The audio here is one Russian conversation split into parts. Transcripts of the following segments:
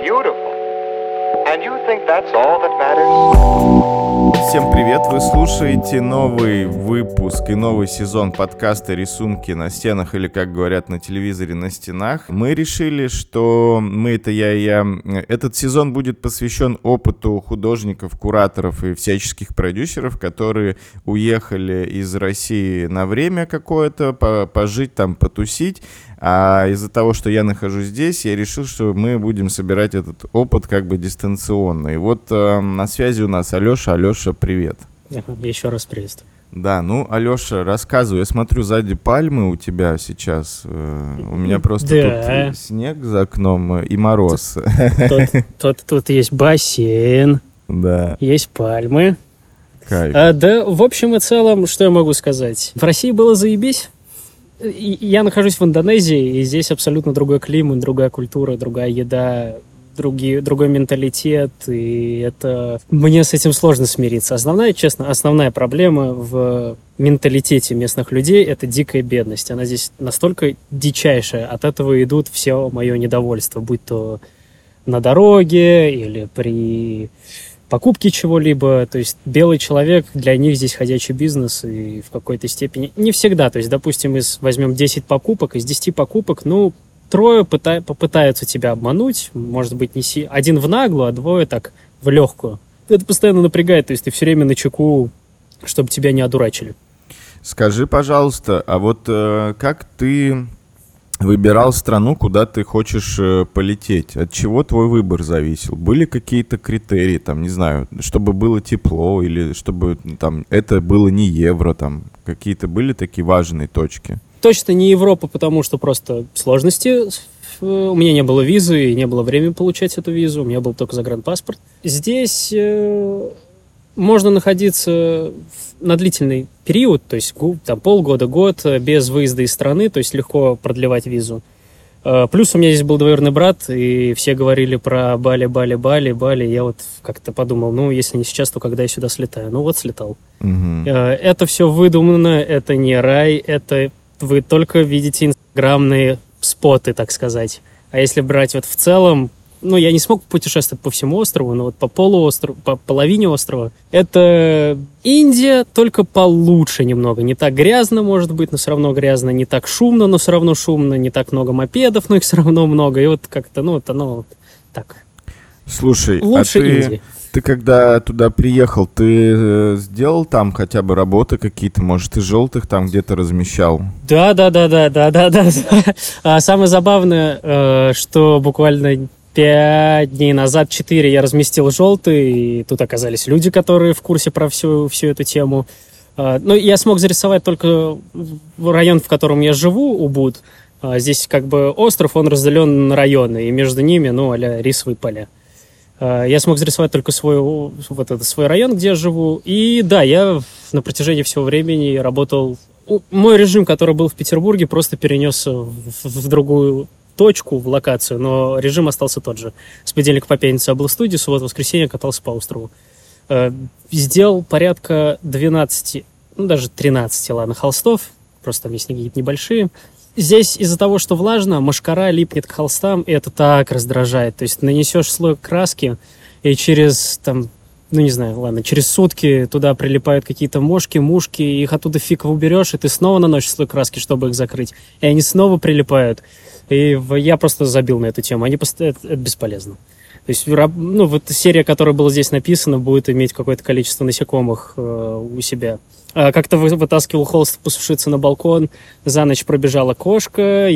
beautiful. And you think that's all that matters? Всем привет! Вы слушаете новый выпуск и новый сезон подкаста «Рисунки на стенах» или, как говорят на телевизоре, «На стенах». Мы решили, что этот сезон будет посвящен опыту художников, кураторов и всяческих продюсеров, которые уехали из России на время какое-то, пожить там, потусить. А из-за того, что я нахожусь здесь, я решил, что мы будем собирать этот опыт как бы дистанционно. И вот на связи у нас Алеша. Алеша, привет. Еще раз приветствую. Да, ну, Алеша, рассказывай. Я смотрю, сзади пальмы у тебя сейчас. У меня просто тут снег за окном и мороз. Тут есть бассейн, да. Есть пальмы. Кайф. Да, в общем и целом, что я могу сказать? В России было заебись. Я нахожусь в Индонезии, и здесь абсолютно другой климат, другая культура, другая еда, другой менталитет, и это... Мне с этим сложно смириться. Основная проблема в менталитете местных людей — это дикая бедность. Она здесь настолько дичайшая, от этого идут все мое недовольство, будь то на дороге или при покупки чего-либо. То есть белый человек, для них здесь ходячий бизнес, и в какой-то степени... Не всегда. То есть, допустим, возьмем 10 покупок, из 10 покупок, трое попытаются тебя обмануть. Может быть, один в наглую, а двое так в легкую. Это постоянно напрягает. То есть ты все время начеку, чтобы тебя не одурачили. Скажи, пожалуйста, а вот как ты выбирал страну, куда ты хочешь полететь? От чего твой выбор зависел? Были какие-то критерии, там, не знаю, чтобы было тепло или чтобы там это было не евро, там какие-то были такие важные точки? Точно не Европа, потому что просто сложности. У меня не было визы и не было времени получать эту визу. У меня был только загранпаспорт. Здесь можно находиться на длительный период, то есть там, полгода, год, без выезда из страны, то есть легко продлевать визу. Плюс у меня здесь был двоюродный брат, и все говорили про Бали. Я вот как-то подумал, если не сейчас, то когда я сюда слетаю? Вот слетал. Угу. Это все выдумано, это не рай, это вы только видите инстаграмные споты, так сказать. А если брать вот в целом, я не смог путешествовать по всему острову, но вот по полуострову, по половине острова. Это Индия, только получше немного. Не так грязно, может быть, но все равно грязно. Не так шумно, но все равно шумно. Не так много мопедов, но их все равно много. И вот как-то, оно так. Слушай, лучше Индии. Ты когда туда приехал, ты сделал там хотя бы работы какие-то? Может, ты желтых там где-то размещал? Да. Самое забавное, что буквально 5 дней назад, 4, я разместил желтый, и тут оказались люди, которые в курсе про всю эту тему. Я смог зарисовать только район, в котором я живу, Убуд. Здесь как бы остров, он разделен на районы, и между ними, а-ля рисовые поля. Я смог зарисовать только свой район, где я живу. И да, я на протяжении всего времени работал... Мой режим, который был в Петербурге, просто перенесся в другую точку, в локацию, но режим остался тот же. С понедельника по пятницу я был в студии, суббота-воскресенье катался по острову. Сделал порядка 12, даже 13 холстов, просто там есть какие-то небольшие. Здесь из-за того, что влажно, мошкара липнет к холстам, и это так раздражает. То есть нанесешь слой краски, и через, через сутки туда прилипают какие-то мушки, их оттуда фиг уберешь, и ты снова наносишь слой краски, чтобы их закрыть. И они снова прилипают. И я просто забил на эту тему. Это бесполезно. То есть, серия, которая была здесь написана, будет иметь какое-то количество насекомых у себя. Как-то вытаскивал холст посушиться на балкон, за ночь пробежала кошка,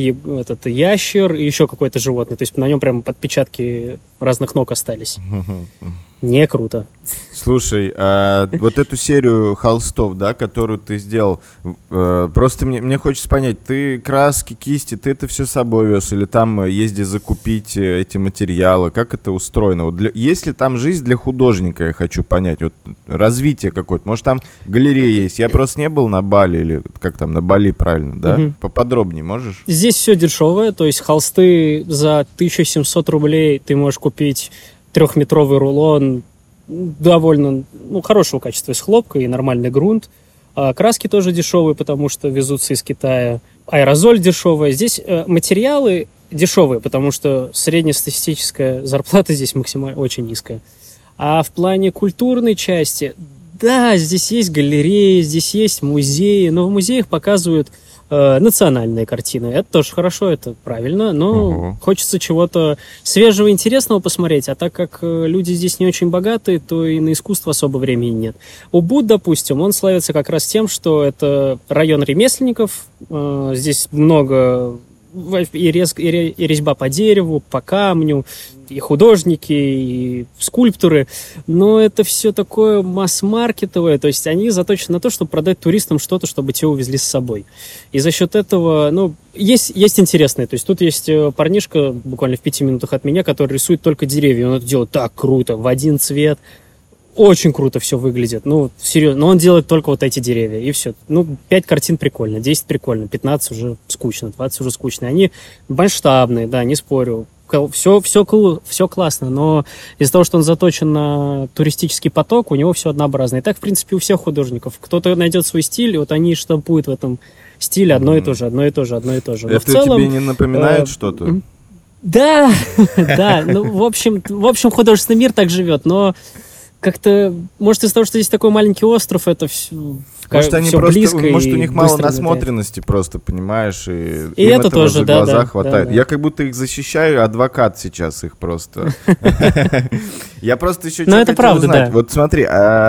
ящер и еще какое-то животное. То есть на нем прям отпечатки разных ног остались. Не круто. Слушай, вот эту серию холстов, да, которую ты сделал, просто мне хочется понять, ты краски, кисти, ты это все с собой вез, или там езди закупить эти материалы, как это устроено? Есть ли там жизнь для художника, я хочу понять, развитие какое-то, может там галерея есть, я просто не был на Бали, или как там, на Бали правильно, да? Угу. Поподробнее можешь? Здесь все дешевое, то есть холсты за 1700 рублей ты можешь купить 3-метровый рулон довольно хорошего качества из хлопка и нормальный грунт. Краски тоже дешевые, потому что везутся из Китая. Аэрозоль дешевая. Здесь материалы дешевые, потому что среднестатистическая зарплата здесь максимально очень низкая. А в плане культурной части, да, здесь есть галереи, здесь есть музеи, но в музеях показывают национальные картины. Это тоже хорошо, это правильно, но хочется чего-то свежего, интересного посмотреть, а так как люди здесь не очень богатые, то и на искусство особо времени нет. Убуд, допустим, он славится как раз тем, что это район ремесленников, здесь много и резьба по дереву, по камню, и художники, и скульпторы, но это все такое масс-маркетовое, то есть они заточены на то, чтобы продать туристам что-то, чтобы те увезли с собой. И за счет этого, ну, есть интересное, то есть тут есть парнишка, буквально в 5 минутах от меня, который рисует только деревья, он это делает так круто, в один цвет, очень круто все выглядит, ну, серьезно, но он делает только вот эти деревья, и все. Ну, 5 картин прикольно, 10 прикольно, 15 уже скучно, 20 уже скучно. Они масштабные, да, не спорю, все классно, но из-за того, что он заточен на туристический поток, у него все однообразно. И так, в принципе, у всех художников. Кто-то найдет свой стиль, и вот они штампуют в этом стиле одно и то же. Но это в целом, тебе не напоминает что-то? Да, да, ну, в общем, художественный мир так живет, но как-то, может, из-за того, что здесь такой маленький остров, это все может, они просто, близко. Может, у них мало быстро насмотренности просто, понимаешь, и это этого тоже, за да, глаза да, хватает. да. Я как будто их защищаю, адвокат сейчас их просто. Я просто еще что хотел узнать. Вот смотри,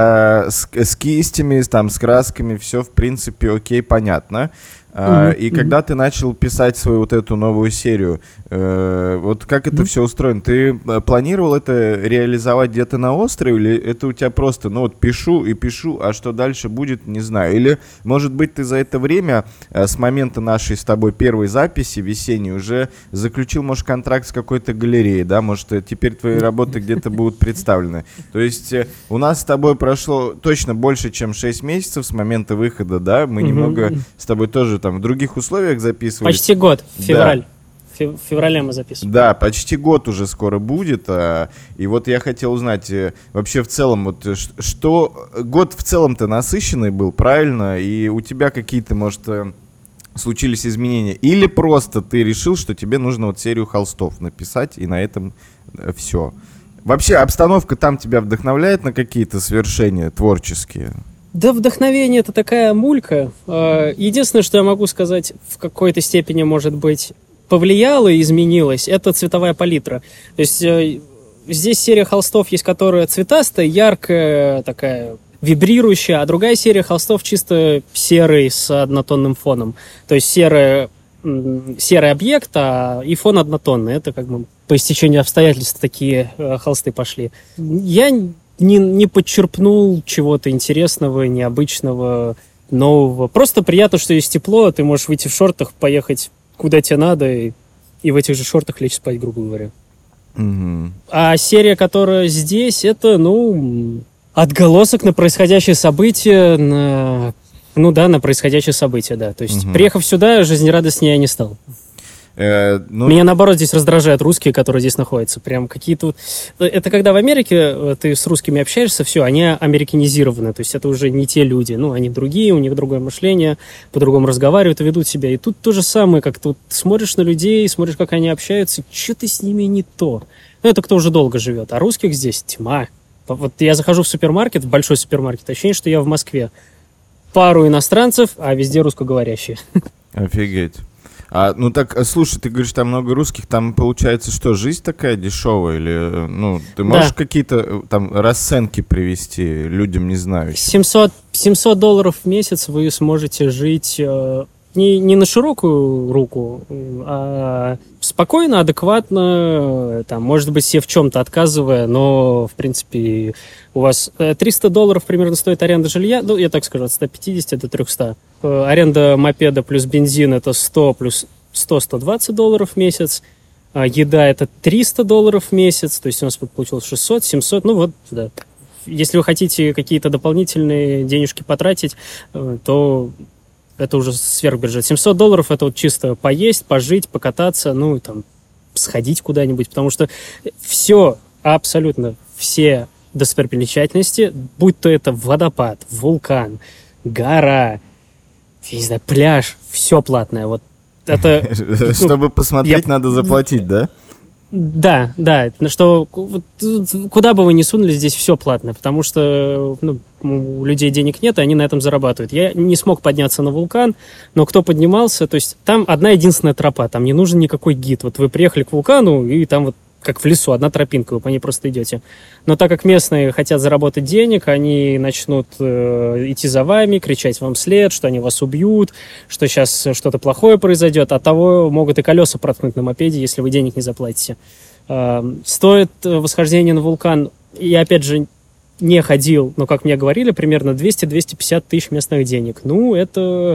с кистями, там, с красками все, в принципе, окей, понятно. И когда ты начал писать свою вот эту новую серию, вот как это все устроено? Ты планировал это реализовать где-то на острове, или это у тебя просто, ну вот пишу и пишу, а что дальше будет, не знаю. Или, может быть, ты за это время, с момента нашей с тобой первой записи весенней, уже заключил, может, контракт с какой-то галереей, да, может, теперь твои работы где-то будут представлены. То есть у нас с тобой прошло точно больше, чем 6 месяцев с момента выхода, да, мы немного с тобой тоже там в других условиях записывали. Почти год, февраль. В феврале мы записываем. Да, почти год уже скоро будет. И вот я хотел узнать, вообще в целом, вот что год в целом-то насыщенный был, правильно? И у тебя какие-то, может, случились изменения? Или просто ты решил, что тебе нужно вот серию холстов написать, и на этом все? Вообще обстановка там тебя вдохновляет на какие-то свершения творческие? Да, вдохновение — это такая мулька. Единственное, что я могу сказать, в какой-то степени, может быть, повлияло и изменилось, это цветовая палитра. То есть здесь серия холстов есть, которая цветастая, яркая, такая вибрирующая, а другая серия холстов чисто серый с однотонным фоном. То есть серый объект, и фон однотонный. Это как бы по истечению обстоятельств такие холсты пошли. Я не подчерпнул чего-то интересного, необычного, нового. Просто приятно, что есть тепло, ты можешь выйти в шортах, поехать куда тебе надо, и в этих же шортах лечь спать, грубо говоря. А серия, которая здесь, это, отголосок на происходящее событие, на происходящее событие, да. То есть, приехав сюда, жизнерадостнее я не стал. Меня, наоборот, здесь раздражают русские, которые здесь находятся. Прям какие-то... Это когда в Америке ты с русскими общаешься, все, они американизированы. То есть это уже не те люди. Они другие, у них другое мышление, по-другому разговаривают и ведут себя. И тут то же самое, как ты смотришь на людей, смотришь, как они общаются, что-то с ними не то. Это кто уже долго живет. А русских здесь тьма. Вот я захожу в супермаркет, в большой супермаркет, ощущение, что я в Москве. Пару иностранцев, а везде русскоговорящие. Офигеть. Слушай, ты говоришь, там много русских, там получается, что жизнь такая дешевая, или, ты можешь какие-то там расценки привести людям, не знаю. $700 в месяц вы сможете жить не на широкую руку, а спокойно, адекватно, там, может быть, себе в чем-то отказывая, но, в принципе, у вас $300 примерно стоит аренда жилья, я так скажу, от 150 до 300. Аренда мопеда плюс бензин — это 100 плюс $100-120 в месяц. Еда — это $300 в месяц, то есть у нас получилось 600-700, да. Если вы хотите какие-то дополнительные денежки потратить, то это уже сверхбюджет. $700 — это вот чисто поесть, пожить, покататься, сходить куда-нибудь, потому что все, абсолютно все достопримечательности, будь то это водопад, вулкан, гора, я не знаю, пляж, все платное. Вот Это, Чтобы посмотреть, надо заплатить, да? Да, что куда бы вы ни сунули, здесь все платно, потому что у людей денег нет, и они на этом зарабатывают. Я не смог подняться на вулкан, но кто поднимался, то есть там одна единственная тропа, там не нужен никакой гид. Вот вы приехали к вулкану, и там вот как в лесу, одна тропинка, вы по ней просто идете. Но так как местные хотят заработать денег, они начнут идти за вами, кричать вам вслед, что они вас убьют, что сейчас что-то плохое произойдет. От того могут и колеса проткнуть на мопеде, если вы денег не заплатите. Стоит восхождение на вулкан, я опять же не ходил, но, как мне говорили, примерно 200-250 тысяч местных денег. Ну, это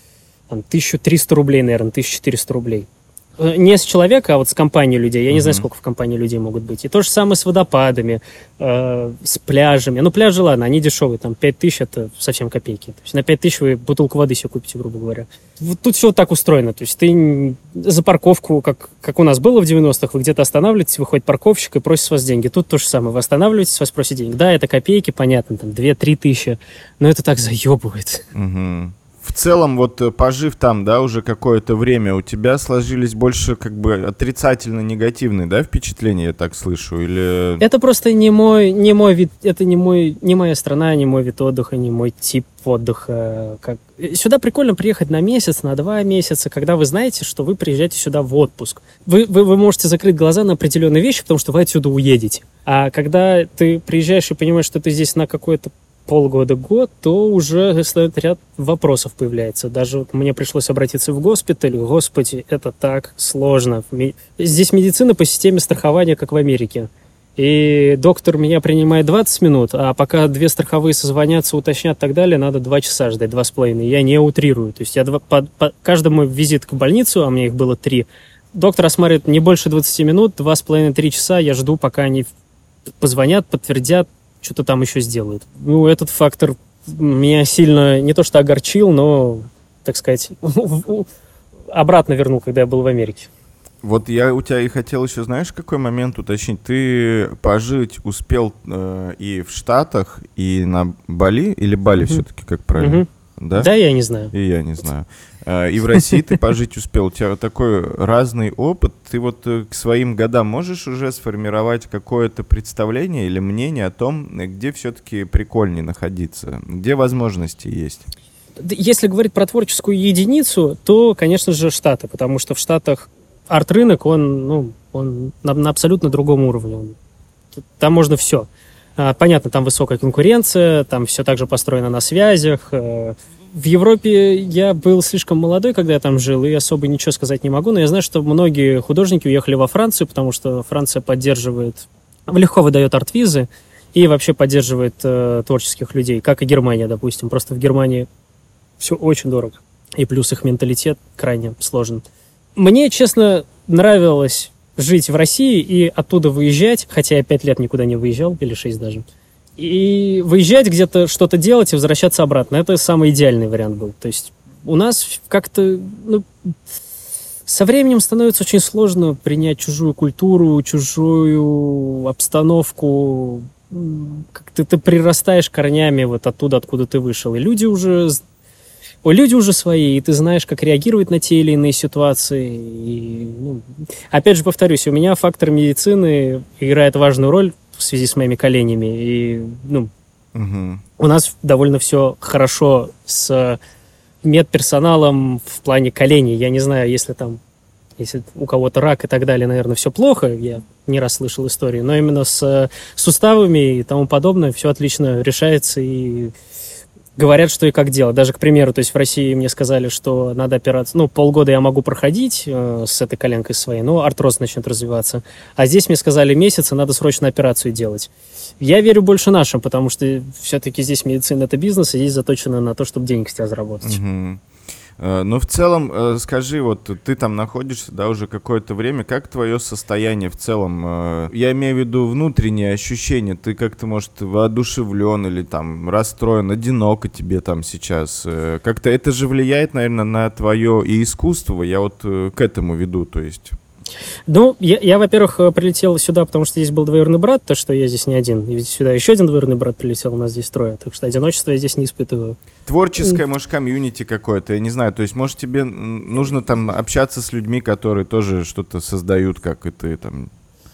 1300 рублей, наверное, 1400 рублей. Не с человека, а вот с компанией людей. Я не знаю, сколько в компании людей могут быть. И то же самое с водопадами, с пляжами. Ну, пляжи, ладно, они дешевые. Там 5000 – это совсем копейки. То есть на 5000 вы бутылку воды себе купите, грубо говоря. Вот тут все вот так устроено. То есть ты за парковку, как у нас было в 90-х, вы где-то останавливаетесь, выходит парковщик и просит с вас деньги. Тут то же самое. Вы останавливаетесь, с вас просят денег. Да, это копейки, понятно, там 2-3 тысячи. Но это так заебывает. В целом, вот пожив там, да, уже какое-то время, у тебя сложились больше как бы отрицательно-негативные, да, впечатления, я так слышу, или... Это просто не мой вид, это не моя страна, не мой вид отдыха, не мой тип отдыха. Сюда прикольно приехать на месяц, на 2 месяца, когда вы знаете, что вы приезжаете сюда в отпуск. Вы можете закрыть глаза на определенные вещи, потому что вы отсюда уедете. А когда ты приезжаешь и понимаешь, что ты здесь на какое-то полгода-год, то уже стоит ряд вопросов появляется. Даже вот мне пришлось обратиться в госпиталь. Господи, это так сложно. Здесь медицина по системе страхования, как в Америке. И доктор меня принимает 20 минут, а пока 2 страховые созвонятся, уточнят и так далее, надо 2 часа ждать, 2,5. Я не утрирую. То есть я по каждому визит к больницу, а у меня их было 3, доктор осматривает не больше 20 минут, 2,5-3 часа я жду, пока они позвонят, подтвердят, что-то там еще сделают. Ну, этот фактор меня сильно не то что огорчил, но, так сказать, обратно вернул, когда я был в Америке. Вот я у тебя и хотел еще, знаешь, какой момент уточнить? Ты пожить успел и в Штатах, и на Бали, или Бали все-таки, как правильно? Да? Да, я не знаю. И я не знаю. И в России ты пожить успел. У тебя такой разный опыт. Ты вот к своим годам можешь уже сформировать какое-то представление или мнение о том, где все-таки прикольнее находиться, где возможности есть? Если говорить про творческую единицу, то, конечно же, Штаты, потому что в Штатах арт-рынок, он на абсолютно другом уровне. Там можно все. Понятно, там высокая конкуренция, там все так же построено на связях. В Европе я был слишком молодой, когда я там жил, и особо ничего сказать не могу, но я знаю, что многие художники уехали во Францию, потому что Франция легко выдает арт-визы и вообще поддерживает творческих людей, как и Германия, допустим. Просто в Германии все очень дорого, и плюс их менталитет крайне сложен. Мне, честно, нравилось жить в России и оттуда выезжать, хотя я 5 лет никуда не выезжал, или 6 даже. И выезжать где-то, что-то делать и возвращаться обратно. Это самый идеальный вариант был. То есть у нас как-то со временем становится очень сложно принять чужую культуру, чужую обстановку. Как-то ты прирастаешь корнями вот оттуда, откуда ты вышел. И люди уже свои, и ты знаешь, как реагировать на те или иные ситуации. И, опять же, повторюсь, у меня фактор медицины играет важную роль в связи с моими коленями. И у нас довольно все хорошо с медперсоналом в плане коленей. Я не знаю, если у кого-то рак и так далее, наверное, все плохо. Я не раз слышал истории. Но именно с суставами и тому подобное все отлично решается, и говорят, что и как делать. Даже, к примеру, то есть в России мне сказали, что надо операцию... полгода я могу проходить с этой коленкой своей, но артроз начнет развиваться. А здесь мне сказали месяц, и надо срочно операцию делать. Я верю больше нашим, потому что все-таки здесь медицина — это бизнес, и здесь заточено на то, чтобы денег с тебя заработать. Ну, в целом, скажи, вот ты там находишься, да, уже какое-то время, как твое состояние в целом? Я имею в виду внутренние ощущения. Ты как-то, может, воодушевлен или там расстроен, одиноко тебе там сейчас? Как-то это же влияет, наверное, на твое и искусство. Я вот к этому веду, то есть... Ну, я, во-первых, прилетел сюда, потому что здесь был двоюродный брат, то, что я здесь не один. И ведь сюда еще один двоюродный брат прилетел, у нас здесь трое. Так что одиночество я здесь не испытываю. Творческое, может, комьюнити какое-то, я не знаю. То есть, может, тебе нужно там общаться с людьми, которые тоже что-то создают, как и ты там.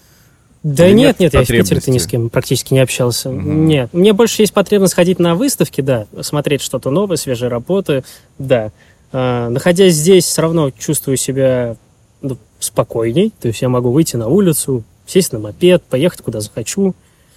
Да Или нет, я в потребности? Питере-то ни с кем практически не общался. Угу. Нет, мне больше есть потребность ходить на выставки, да, смотреть что-то новое, свежие работы, да. Находясь здесь, все равно чувствую себя спокойней, то есть я могу выйти на улицу, сесть на мопед, поехать куда захочу,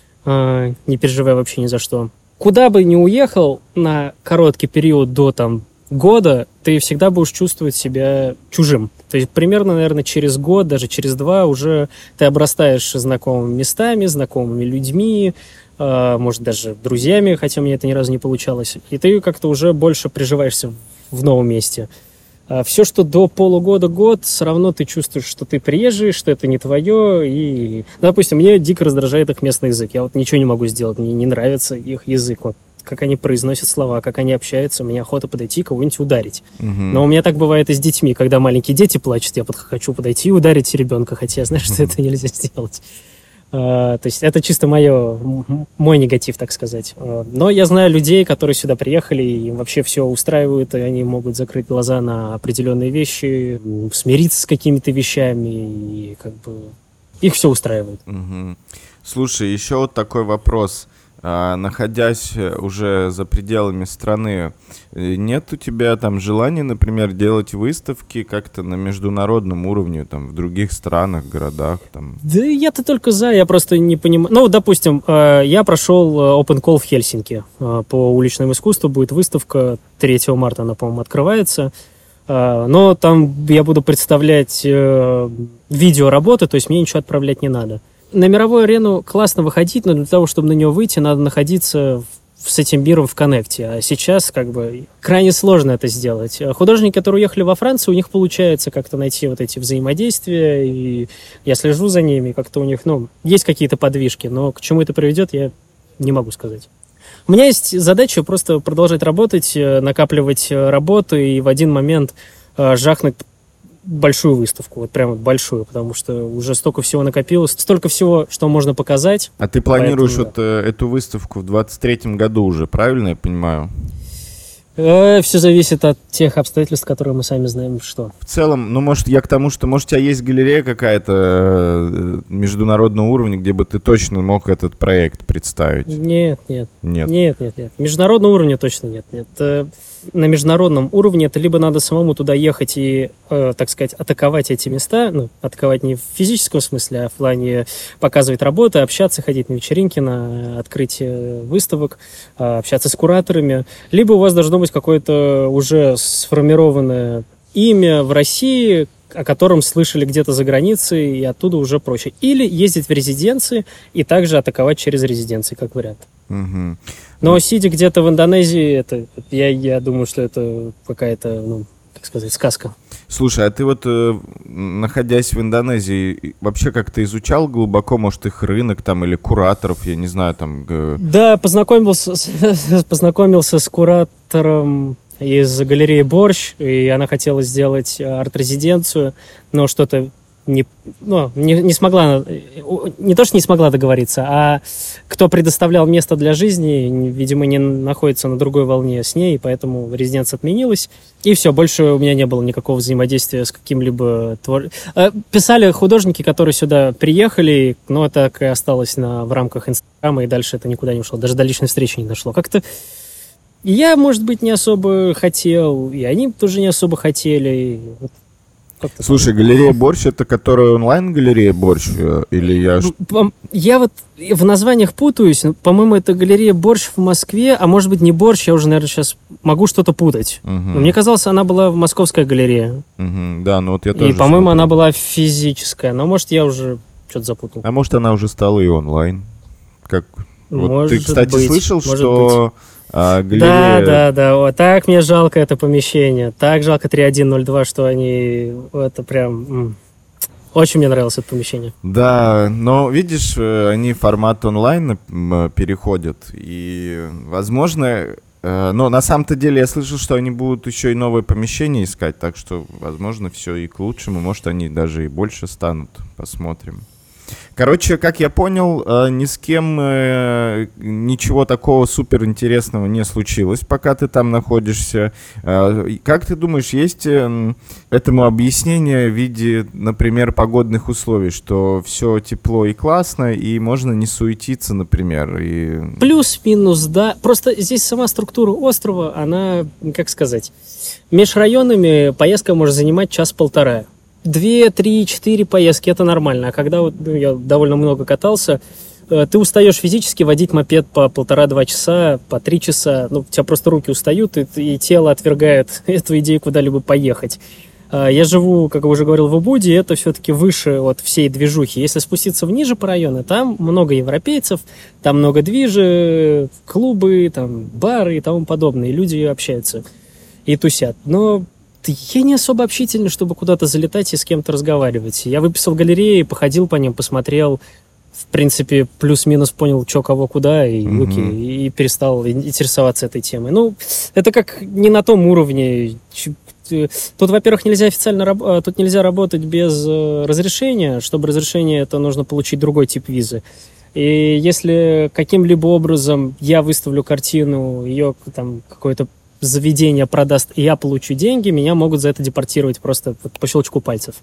не переживая вообще ни за что. Куда бы ни уехал на короткий период до там года, ты всегда будешь чувствовать себя чужим. То есть примерно, наверное, через год, даже через 2 уже ты обрастаешь знакомыми местами, знакомыми людьми, может, даже друзьями, хотя у меня это ни разу не получалось. И ты как-то уже больше приживаешься в новом месте. Все, что до полугода-год, все равно ты чувствуешь, что ты приезжий, что это не твое. И, допустим, мне дико раздражает их местный язык. Я вот ничего не могу сделать, мне не нравится их язык. Вот как они произносят слова, как они общаются, мне охота подойти и кого-нибудь ударить. Но у меня так бывает и с детьми. Когда маленькие дети плачут, я хочу подойти и ударить ребенка, хотя я знаю, что это нельзя сделать. То есть это чисто мой негатив, так сказать. Но я знаю людей, которые сюда приехали, и им вообще все устраивают, и они могут закрыть глаза на определенные вещи, смириться с какими-то вещами, и как бы их все устраивает. Угу. Слушай, еще вот такой вопрос. Находясь уже за пределами страны, нет у тебя там желания, например, делать выставки как-то на международном уровне, там, в других странах, городах? Там? Да я-то только за, я просто не понимаю. Ну, допустим, я прошел Open Call в Хельсинки по уличному искусству, будет выставка 3 марта, она, по-моему, открывается. Но там я буду представлять видеоработы, то есть мне ничего отправлять не надо. На мировую арену классно выходить, но для того, чтобы на нее выйти, надо находиться с этим миром в коннекте. А сейчас как бы крайне сложно это сделать. Художники, которые уехали во Францию, у них получается как-то найти вот эти взаимодействия, и я слежу за ними, как-то у них, есть какие-то подвижки, но к чему это приведет, я не могу сказать. У меня есть задача просто продолжать работать, накапливать работу и в один момент жахнуть большую выставку, вот прям большую, потому что уже столько всего накопилось, столько всего, что можно показать. А ты планируешь эту выставку в 23-м году уже, правильно я понимаю? Все зависит от тех обстоятельств, которые мы сами знаем, что. В целом, может, я к тому, что, может, у тебя есть галерея какая-то международного уровня, где бы ты точно мог этот проект представить? Нет. Нет? Нет. Международного уровня точно нет. На международном уровне это либо надо самому туда ехать и, так сказать, атаковать эти места, атаковать не в физическом смысле, а в плане показывать работы, общаться, ходить на вечеринки, на открытие выставок, общаться с кураторами, либо у вас должно быть какое-то уже сформированное имя в России, о котором слышали где-то за границей, и оттуда уже проще. Или ездить в резиденции и также атаковать через резиденции, как вариант. Угу. Но сидя где-то в Индонезии, я думаю, что это какая-то, так сказать, сказка. Слушай, а ты вот, находясь в Индонезии, вообще как-то изучал глубоко, может, их рынок там или кураторов, я не знаю, там... Да, познакомился с куратором из галереи «Борщ», и она хотела сделать арт-резиденцию, но что-то не смогла, не то, что не смогла договориться, а кто предоставлял место для жизни, видимо, не находится на другой волне с ней, поэтому резиденция отменилась, и все, больше у меня не было никакого взаимодействия с каким-либо Писали художники, которые сюда приехали, но так и осталось в рамках Инстаграма, и дальше это никуда не ушло, даже до личной встречи не дошло. Как-то я, может быть, не особо хотел, и они тоже не особо хотели. Слушай, галерея «Борщ» — это которая онлайн-галерея «Борщ»? Или я вот в названиях путаюсь. По-моему, это галерея «Борщ» в Москве, а может быть не «Борщ», я уже, наверное, сейчас могу что-то путать. Но мне казалось, она была в Московской галерее. Да, вот я тоже. И, по-моему, она была физическая, но, может, я уже что-то запутал. А может, она уже стала и онлайн? Вот ты, кстати, быть, слышал, что... галерея... Да, вот так мне жалко это помещение, так жалко 3102, что они, это прям, очень мне нравилось это помещение. Да, но видишь, они формат онлайн переходят, и, возможно, Но на самом-то деле я слышал, что они будут еще и новые помещения искать, так что, возможно, все и к лучшему. Может, они даже и больше станут. Посмотрим. Короче, как я понял, ни с кем ничего такого суперинтересного не случилось, пока ты там находишься. Как ты думаешь, есть этому объяснение в виде, например, погодных условий, что все тепло и классно, и можно не суетиться, например? Плюс-минус, да. Просто здесь сама структура острова, она, как сказать, между районами поездка может занимать час-полтора. 2, 3, 4 поездки — это нормально. А когда я довольно много катался, ты устаешь физически водить мопед по 1,5-2 часа, по 3 часа. У тебя просто руки устают, и тело отвергает эту идею куда-либо поехать. Я живу, как я уже говорил, в Убуде, это все-таки выше всей движухи. Если спуститься ниже по району, там много европейцев, там много движи, клубы, там бары и тому подобное. И люди общаются и тусят. Но я не особо общительный, чтобы куда-то залетать и с кем-то разговаривать. Я выписал галереи, походил по ним, посмотрел, в принципе, плюс-минус понял, что, кого, куда, и перестал интересоваться этой темой. Это как не на том уровне. Тут, во-первых, тут нельзя работать без разрешения. Чтобы разрешение, это нужно получить другой тип визы. И если каким-либо образом я выставлю картину, ее там какое-то заведение продаст, и я получу деньги, меня могут за это депортировать просто по щелчку пальцев.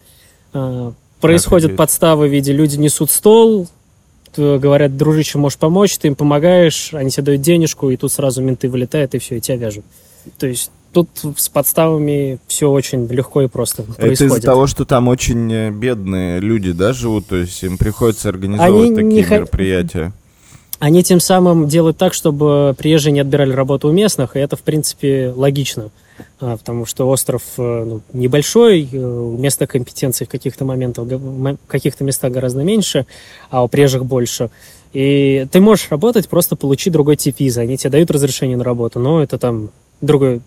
Происходят подставы в виде: люди несут стол, говорят: дружище, можешь помочь, ты им помогаешь, они тебе дают денежку, и тут сразу менты вылетают, и все, и тебя вяжут. То есть тут с подставами все очень легко и просто происходит. Это из-за того, что там очень бедные люди, да, живут? То есть им приходится организовывать такие мероприятия? Они тем самым делают так, чтобы приезжие не отбирали работу у местных, и это, в принципе, логично, потому что остров небольшой, места компетенции в каких-то местах гораздо меньше, а у приезжих больше. И ты можешь работать, просто получи другой тип визы. Они тебе дают разрешение на работу, но это там другая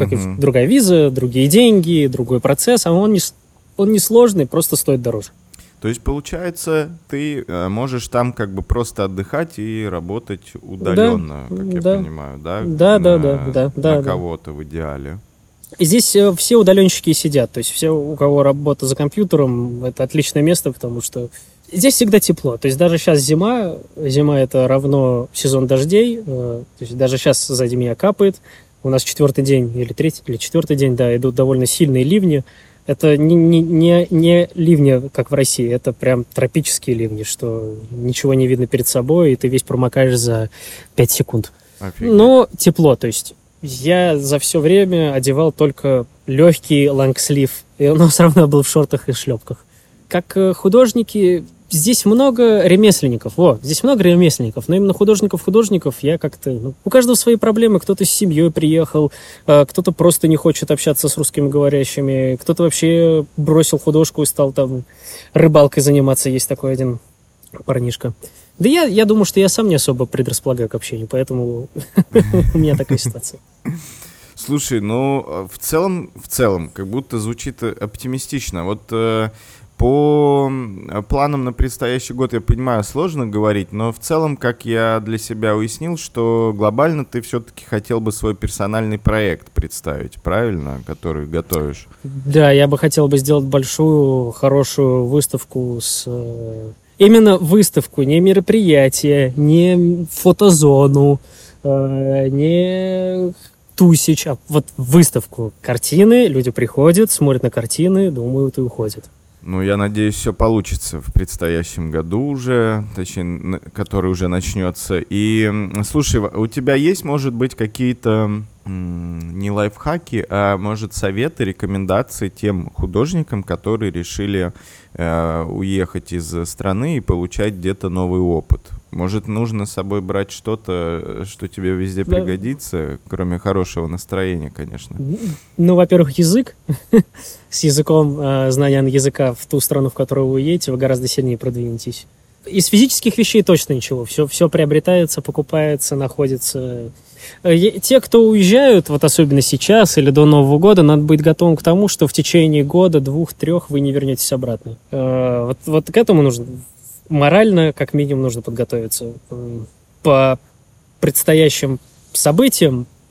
виза, другие деньги, другой процесс, а он не сложный, просто стоит дороже. То есть, получается, ты можешь там как бы просто отдыхать и работать удаленно, как я понимаю, да? Да. На кого-то в идеале. И здесь все удаленщики сидят, то есть все, у кого работа за компьютером, это отличное место, потому что здесь всегда тепло. То есть даже сейчас зима это равно сезон дождей, то есть даже сейчас сзади меня капает. У нас 4-й день или 3-й, или 4-й день, да, идут довольно сильные ливни. Это не ливни, как в России, это прям тропические ливни, что ничего не видно перед собой, и ты весь промокаешь за 5 секунд. Офигеть. Но тепло, то есть я за все время одевал только легкий лонгслив, и он все равно был в шортах и шлепках. Как художники, здесь много ремесленников, но именно художников я как-то... у каждого свои проблемы, кто-то с семьей приехал, кто-то просто не хочет общаться с русскими говорящими, кто-то вообще бросил художку и стал там рыбалкой заниматься, есть такой один парнишка. Да я думаю, что я сам не особо предрасполагаю к общению, поэтому у меня такая ситуация. Слушай, в целом, как будто звучит оптимистично. Вот по планам на предстоящий год, я понимаю, сложно говорить, но в целом, как я для себя уяснил, что глобально ты все-таки хотел бы свой персональный проект представить, правильно, который готовишь? Да, я бы хотел сделать большую, хорошую выставку именно выставку, не мероприятие, не фотозону, не тусич, а вот выставку. Картины, люди приходят, смотрят на картины, думают и уходят. Я надеюсь, все получится в предстоящем году уже, точнее, который уже начнется. И, слушай, у тебя есть, может быть, какие-то не лайфхаки, а, может, советы, рекомендации тем художникам, которые решили уехать из страны и получать где-то новый опыт? Может, нужно с собой брать что-то, что тебе везде пригодится, кроме хорошего настроения, конечно? Во-первых, язык. С языком, знание языка в ту страну, в которую вы едете, вы гораздо сильнее продвинетесь. Из физических вещей точно ничего. Все приобретается, покупается, находится. Те, кто уезжают, вот особенно сейчас или до Нового года, надо быть готовым к тому, что в течение года, 2-3 вы не вернетесь обратно. Вот к этому нужно... Морально, как минимум, нужно подготовиться. По предстоящим событиям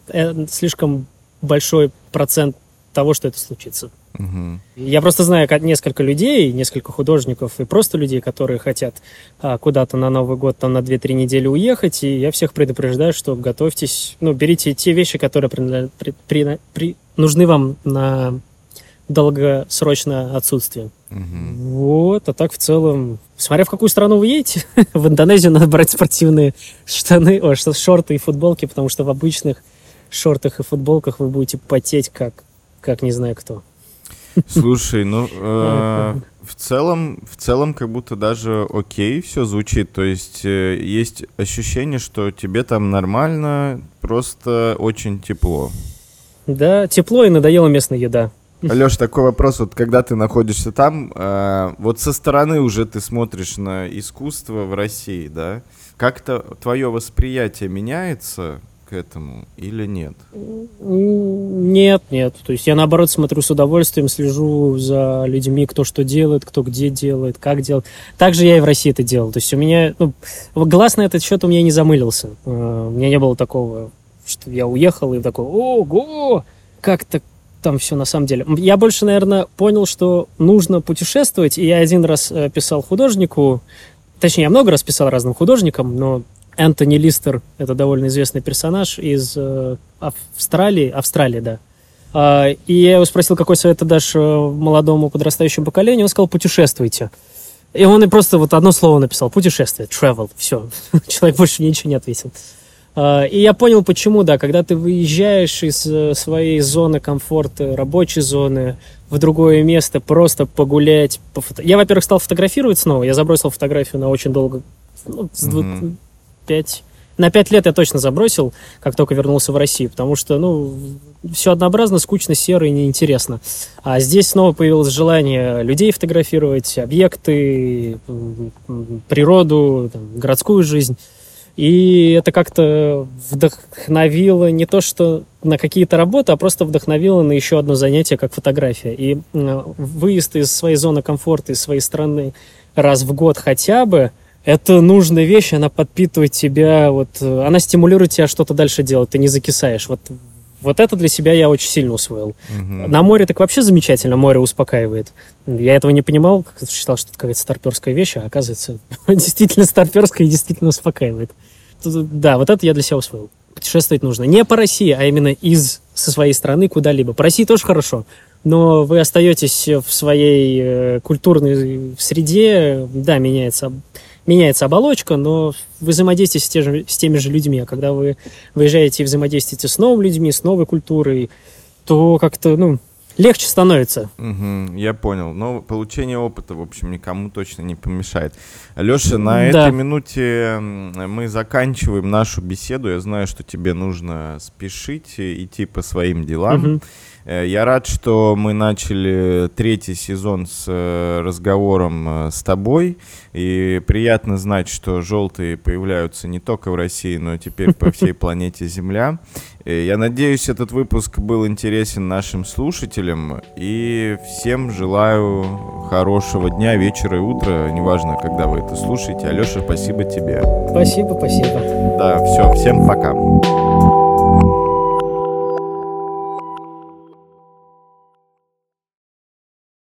слишком большой процент того, что это случится. Мгм. Я просто знаю несколько людей, несколько художников и просто людей, которые хотят куда-то на Новый год там на 2-3 недели уехать, и я всех предупреждаю, что готовьтесь, берите те вещи, которые нужны вам на долгосрочное отсутствие. Мгм. Вот, а так в целом, смотря в какую страну вы едете, в Индонезию надо брать спортивные шорты и футболки, потому что в обычных шортах и футболках вы будете потеть как не знаю кто. Слушай, в целом как будто даже окей все звучит. То есть есть ощущение, что тебе там нормально, просто очень тепло. Да, тепло и надоела местная еда. Алёш, такой вопрос, вот когда ты находишься там, вот со стороны уже ты смотришь на искусство в России, да? Как-то твое восприятие меняется к этому или нет? Нет. То есть я, наоборот, смотрю с удовольствием, слежу за людьми, кто что делает, кто где делает, как делает. Так же я и в России это делал. То есть у меня... глаз на этот счет у меня не замылился. У меня не было такого, что я уехал и такой, ого, как-то там все на самом деле. Я больше, наверное, понял, что нужно путешествовать. И я один раз писал художнику, точнее, я много раз писал разным художникам, но Энтони Листер — это довольно известный персонаж из Австралии, да. И я его спросил, какой совет ты дашь молодому подрастающему поколению. Он сказал, путешествуйте. И он и просто вот одно слово написал: путешествие, travel, все. Человек больше ничего не ответил. И я понял, почему, да, когда ты выезжаешь из своей зоны комфорта, рабочей зоны, в другое место, просто погулять. Я, во-первых, стал фотографировать снова. Я забросил фотографию на очень долго. На 5 лет я точно забросил, как только вернулся в Россию, потому что, все однообразно, скучно, серо и неинтересно. А здесь снова появилось желание людей фотографировать, объекты, природу, городскую жизнь. И это как-то вдохновило не то, что на какие-то работы, а просто вдохновило на еще одно занятие, как фотография. И выезд из своей зоны комфорта, из своей страны раз в год хотя бы, это нужная вещь, она подпитывает тебя, она стимулирует тебя что-то дальше делать, ты не закисаешь. Вот это для себя я очень сильно усвоил. Мгм. На море так вообще замечательно, море успокаивает. Я этого не понимал, считал, что это какая-то старперская вещь, а оказывается, действительно старперская и действительно успокаивает. Да, вот это я для себя усвоил. Путешествовать нужно не по России, а именно со своей страны куда-либо. По России тоже хорошо, но вы остаетесь в своей культурной среде, да, меняется оболочка, но вы взаимодействуете с теми же людьми. А когда вы выезжаете и взаимодействуете с новыми людьми, с новой культурой, то как-то, легче становится. Мгм, я понял. Но получение опыта, в общем, никому точно не помешает. Леша, на Да. этой минуте мы заканчиваем нашу беседу. Я знаю, что тебе нужно спешить, идти по своим делам. Мгм. Я рад, что мы начали 3-й сезон с разговором с тобой. И приятно знать, что желтые появляются не только в России, но и теперь по всей планете Земля. Я надеюсь, этот выпуск был интересен нашим слушателям. И всем желаю хорошего дня, вечера и утра. Неважно, когда вы это слушаете. Алеша, спасибо тебе. Спасибо. Да, все, всем пока.